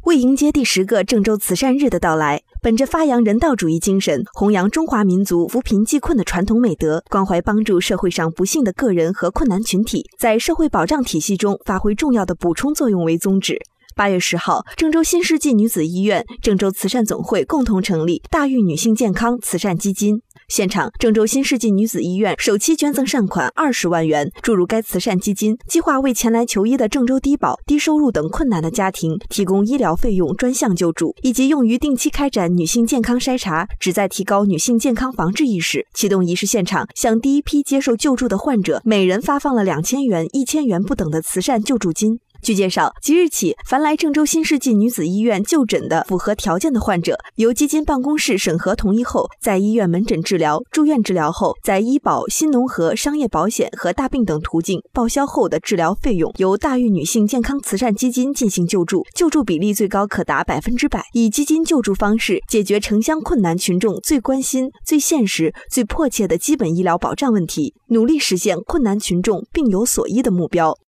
为迎接第10个郑州慈善日的到来，本着发扬人道主义精神，弘扬中华民族扶贫济困的传统美德，关怀帮助社会上不幸的个人和困难群体，在社会保障体系中发挥重要的补充作用为宗旨。8月10号，郑州新世纪女子医院、郑州慈善总会共同成立大育女性健康慈善基金。现场，郑州新世纪女子医院首期捐赠善款20万元，注入该慈善基金，计划为前来求医的郑州低保、低收入等困难的家庭提供医疗费用专项救助，以及用于定期开展女性健康筛查，旨在提高女性健康防治意识。启动仪式现场，向第一批接受救助的患者每人发放了2000元、1000元不等的慈善救助金。据介绍，即日起，凡来郑州新世纪女子医院就诊的符合条件的患者，由基金办公室审核同意后，在医院门诊治疗、住院治疗后，在医保、新农合、商业保险和大病等途径报销后的治疗费用，由大育女性健康慈善基金进行救助，救助比例最高可达100%，以基金救助方式解决城乡困难群众最关心、最现实、最迫切的基本医疗保障问题，努力实现困难群众病有所医的目标。